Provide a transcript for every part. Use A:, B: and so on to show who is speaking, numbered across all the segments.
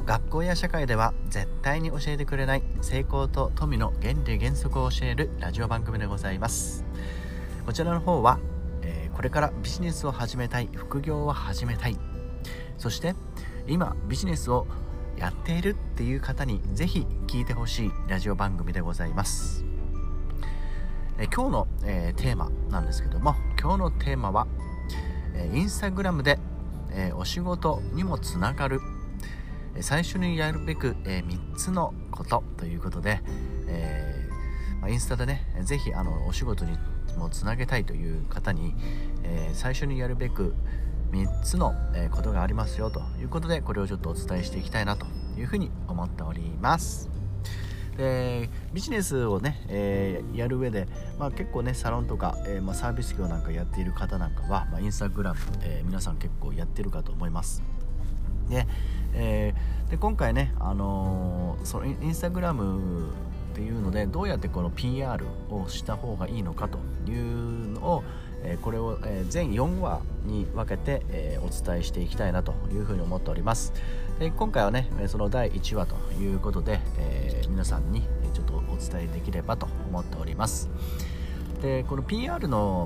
A: 学校や社会では絶対に教えてくれない成功と富の原理原則を教えるラジオ番組でございます。こちらの方は、これからビジネスを始めたい、副業を始めたい、そして今ビジネスをやっているっていう方にぜひ聞いてほしいラジオ番組でございます。今日の、テーマなんですけども、今日のテーマは、インスタグラムで、お仕事にもつながる最初にやるべく、3つのことということで、インスタでねぜひお仕事にもつなげたいという方に、最初にやるべく3つの、ことがありますよということで、これをちょっとお伝えしていきたいなというふうに思っております。でビジネスをね、やる上で、結構ねサロンとか、サービス業なんかやっている方なんかは、インスタグラム、皆さん結構やってるかと思います。で今回ね、そのインスタグラムっていうのでどうやってこの PR をした方がいいのかというのを、これを、全4話に分けて、お伝えしていきたいなというふうに思っております。で今回はねその第1話ということで、皆さんにちょっとお伝えできればと思っております。でこの PR の、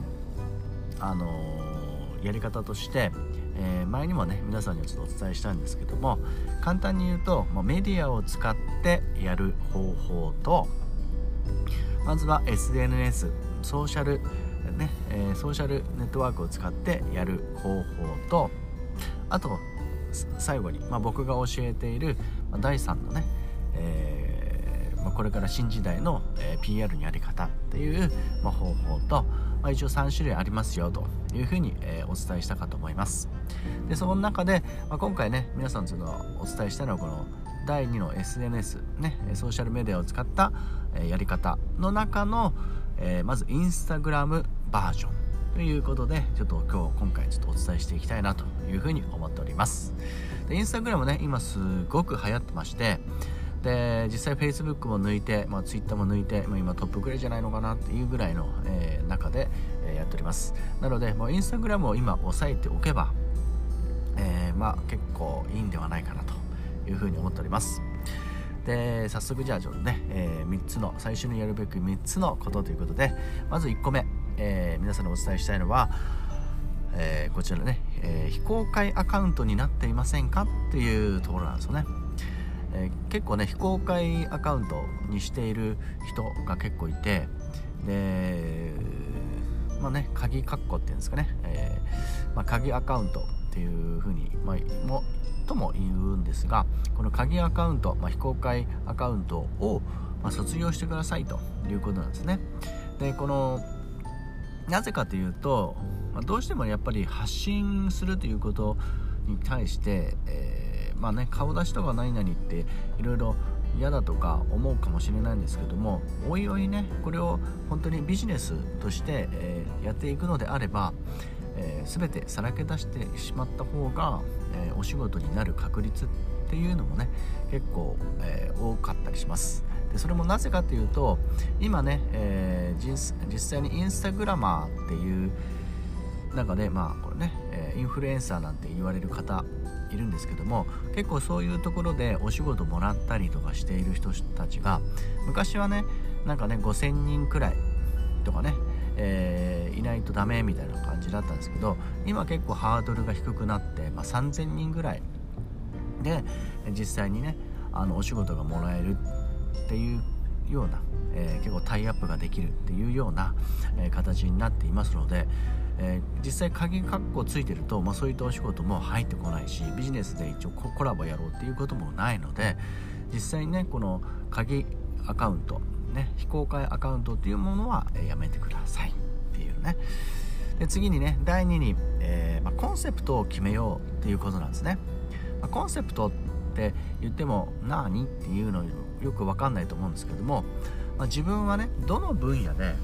A: やり方として、前にもね皆さんにはちょっとお伝えしたんですけども、簡単に言うとメディアを使ってやる方法と、まずは SNS ソーシャルネットワークを使ってやる方法と、あと最後に、僕が教えている第3のね、これから新時代の、PR のやり方っていう、方法と、一応3種類ありますよというふうに、お伝えしたかと思います。でその中で、今回ね皆さんにお伝えしたのはこの第2の SNS ねソーシャルメディアを使った、やり方の中の、まずインスタグラムバージョンということで、ちょっと今回ちょっとお伝えしていきたいなというふうに思っております。でインスタグラムね今すごく流行ってまして、で実際 Facebook も抜いて、Twitter も抜いて、今トップくらいじゃないのかなっていうぐらいの、中で、やっております。なのでインスタグラムを今押さえておけば、結構いいんではないかなというふうに思っております。で早速じゃあちょっとね、3つの最初にやるべき3つのことということで、まず1個目、皆さんにお伝えしたいのは、こちらね、非公開アカウントになっていませんかっていうところなんですよね。結構ね非公開アカウントにしている人が結構いて、で鍵括弧っていうんですかね、鍵アカウントっていうふうに、とも言うんですが、この鍵アカウント、非公開アカウントを、卒業してくださいということなんですね。でこのなぜかというと、どうしてもやっぱり発信するということに対して、顔出しとか何々っていろいろ嫌だとか思うかもしれないんですけども、おいおいねこれを本当にビジネスとして、やっていくのであれば、全てさらけ出してしまった方が、お仕事になる確率っていうのもね結構、多かったりします。でそれもなぜかというと、今ね、実際にインスタグラマーっていう中でこれね、インフルエンサーなんて言われる方いるんですけども、結構そういうところでお仕事もらったりとかしている人たちが、昔はね5000人くらいとかね、いないとダメみたいな感じだったんですけど、今結構ハードルが低くなって、3000人ぐらいで実際にねお仕事がもらえるっていうような、結構タイアップができるっていうような、形になっていますので、実際鍵括弧ついてると、そういったお仕事も入ってこないし、ビジネスで一応コラボやろうっていうこともないので、実際にねこの鍵アカウントね非公開アカウントっていうものは、やめてくださいっていうね。で次にね第2に、コンセプトを決めようっていうことなんですね。コンセプトって言っても何っていうのよく分かんないと思うんですけども、自分はねどの分野で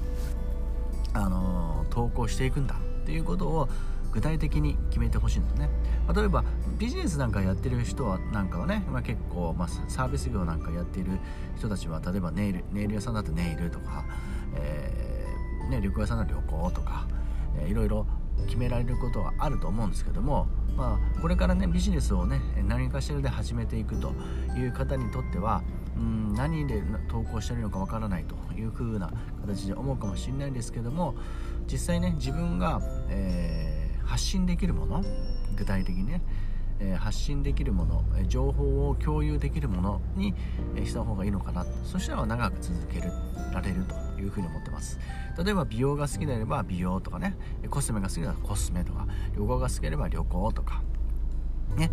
A: 投稿していくんだっていうことを具体的に決めてほしいんですね。例えばビジネスなんかやってる人はなんかはね、結構、サービス業なんかやっている人たちは、例えばネイル屋さんだとネイルとか、旅行屋さんだと旅行とか、いろいろ決められることはあると思うんですけども、これからねビジネスをね何かしらで始めていくという方にとっては何で投稿してるのかわからないという風な形で思うかもしれないんですけども、実際ね自分が、発信できるもの、具体的にね、発信できるもの、情報を共有できるものに、した方がいいのかな。そしたら長く続けられるというふうに思ってます。例えば美容が好きであれば美容とかね、コスメが好きならコスメとか、旅行が好きであれば旅行とかね、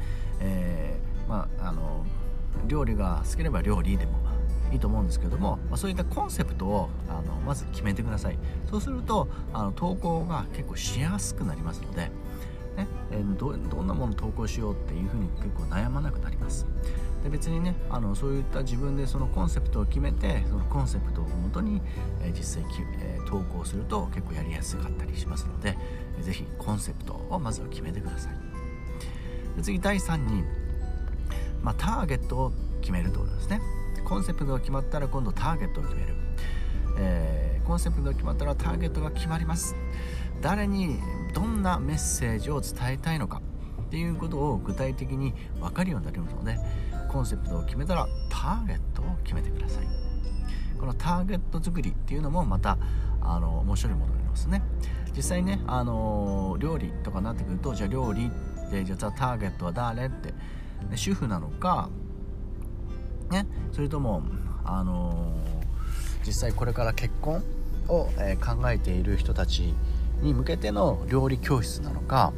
A: 料理が好きであれば料理でもいいと思うんですけども、そういったコンセプトをまず決めてください。そうすると投稿が結構しやすくなりますので、どんなものを投稿しようっていうふうに結構悩まなくなります。で別にねそういった自分でそのコンセプトを決めて、そのコンセプトをもとに、実際投稿すると結構やりやすかったりしますので、ぜひコンセプトをまずは決めてください。で次第3に、ターゲットを決めるということですね。コンセプトが決まったら今度ターゲットを決める、コンセプトが決まったらターゲットが決まります。誰にどんなメッセージを伝えたいのかっていうことを具体的に分かるようになりますので、コンセプトを決めたらターゲットを決めてください。このターゲット作りっていうのもまた面白いものになりますね。実際ね料理とかになってくると、じゃあ料理ってじゃあターゲットは誰って、主婦なのかね、それとも実際これから結婚を、考えている人たちに向けての料理教室なのか、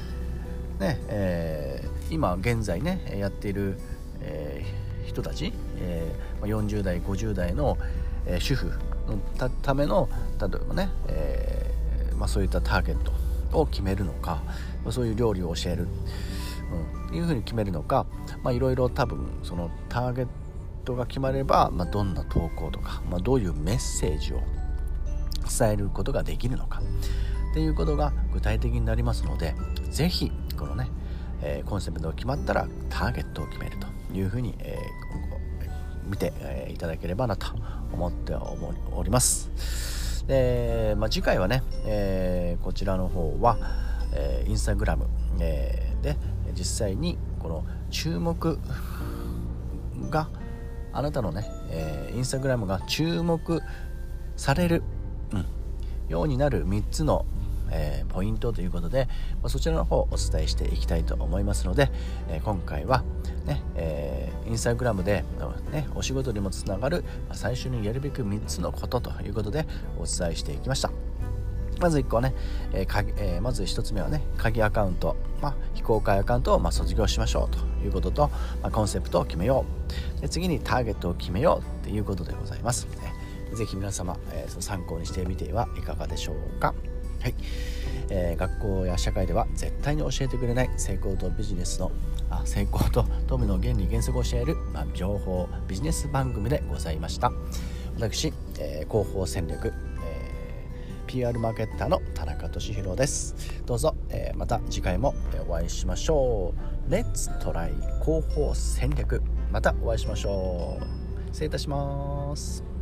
A: 今現在ねやっている、人たち、40代50代の、主婦のための例えばね、そういったターゲットを決めるのか、そういう料理を教える、いうふうに決めるのか、いろいろ多分そのターゲットが決まれば、どんな投稿とか、どういうメッセージを伝えることができるのかっていうことが具体的になりますので、ぜひこのね、コンセプトが決まったらターゲットを決めるというふうに、見て、いただければなと思っております。で、次回はね、こちらの方は、インスタグラム、で実際にこの注目があなたのね、インスタグラムが注目される、ようになる3つの、ポイントということで、そちらの方をお伝えしていきたいと思いますので、今回はね、インスタグラムで、お仕事にもつながる最初にやるべき3つのことということでお伝えしていきました。まず1個ね、まず1つ目はね、鍵アカウント、非公開アカウントを卒業しましょうということと、コンセプトを決めよう。で次にターゲットを決めようということでございます。ぜひ皆様、参考にしてみてはいかがでしょうか。はい、学校や社会では絶対に教えてくれない成功と富の原理原則を教える、情報ビジネス番組でございました。私、広報戦略、PR マーケッターの田中俊弘です。どうぞ、また次回もお会いしましょう。レッツトライ広報戦略、またお会いしましょう。失礼いたします。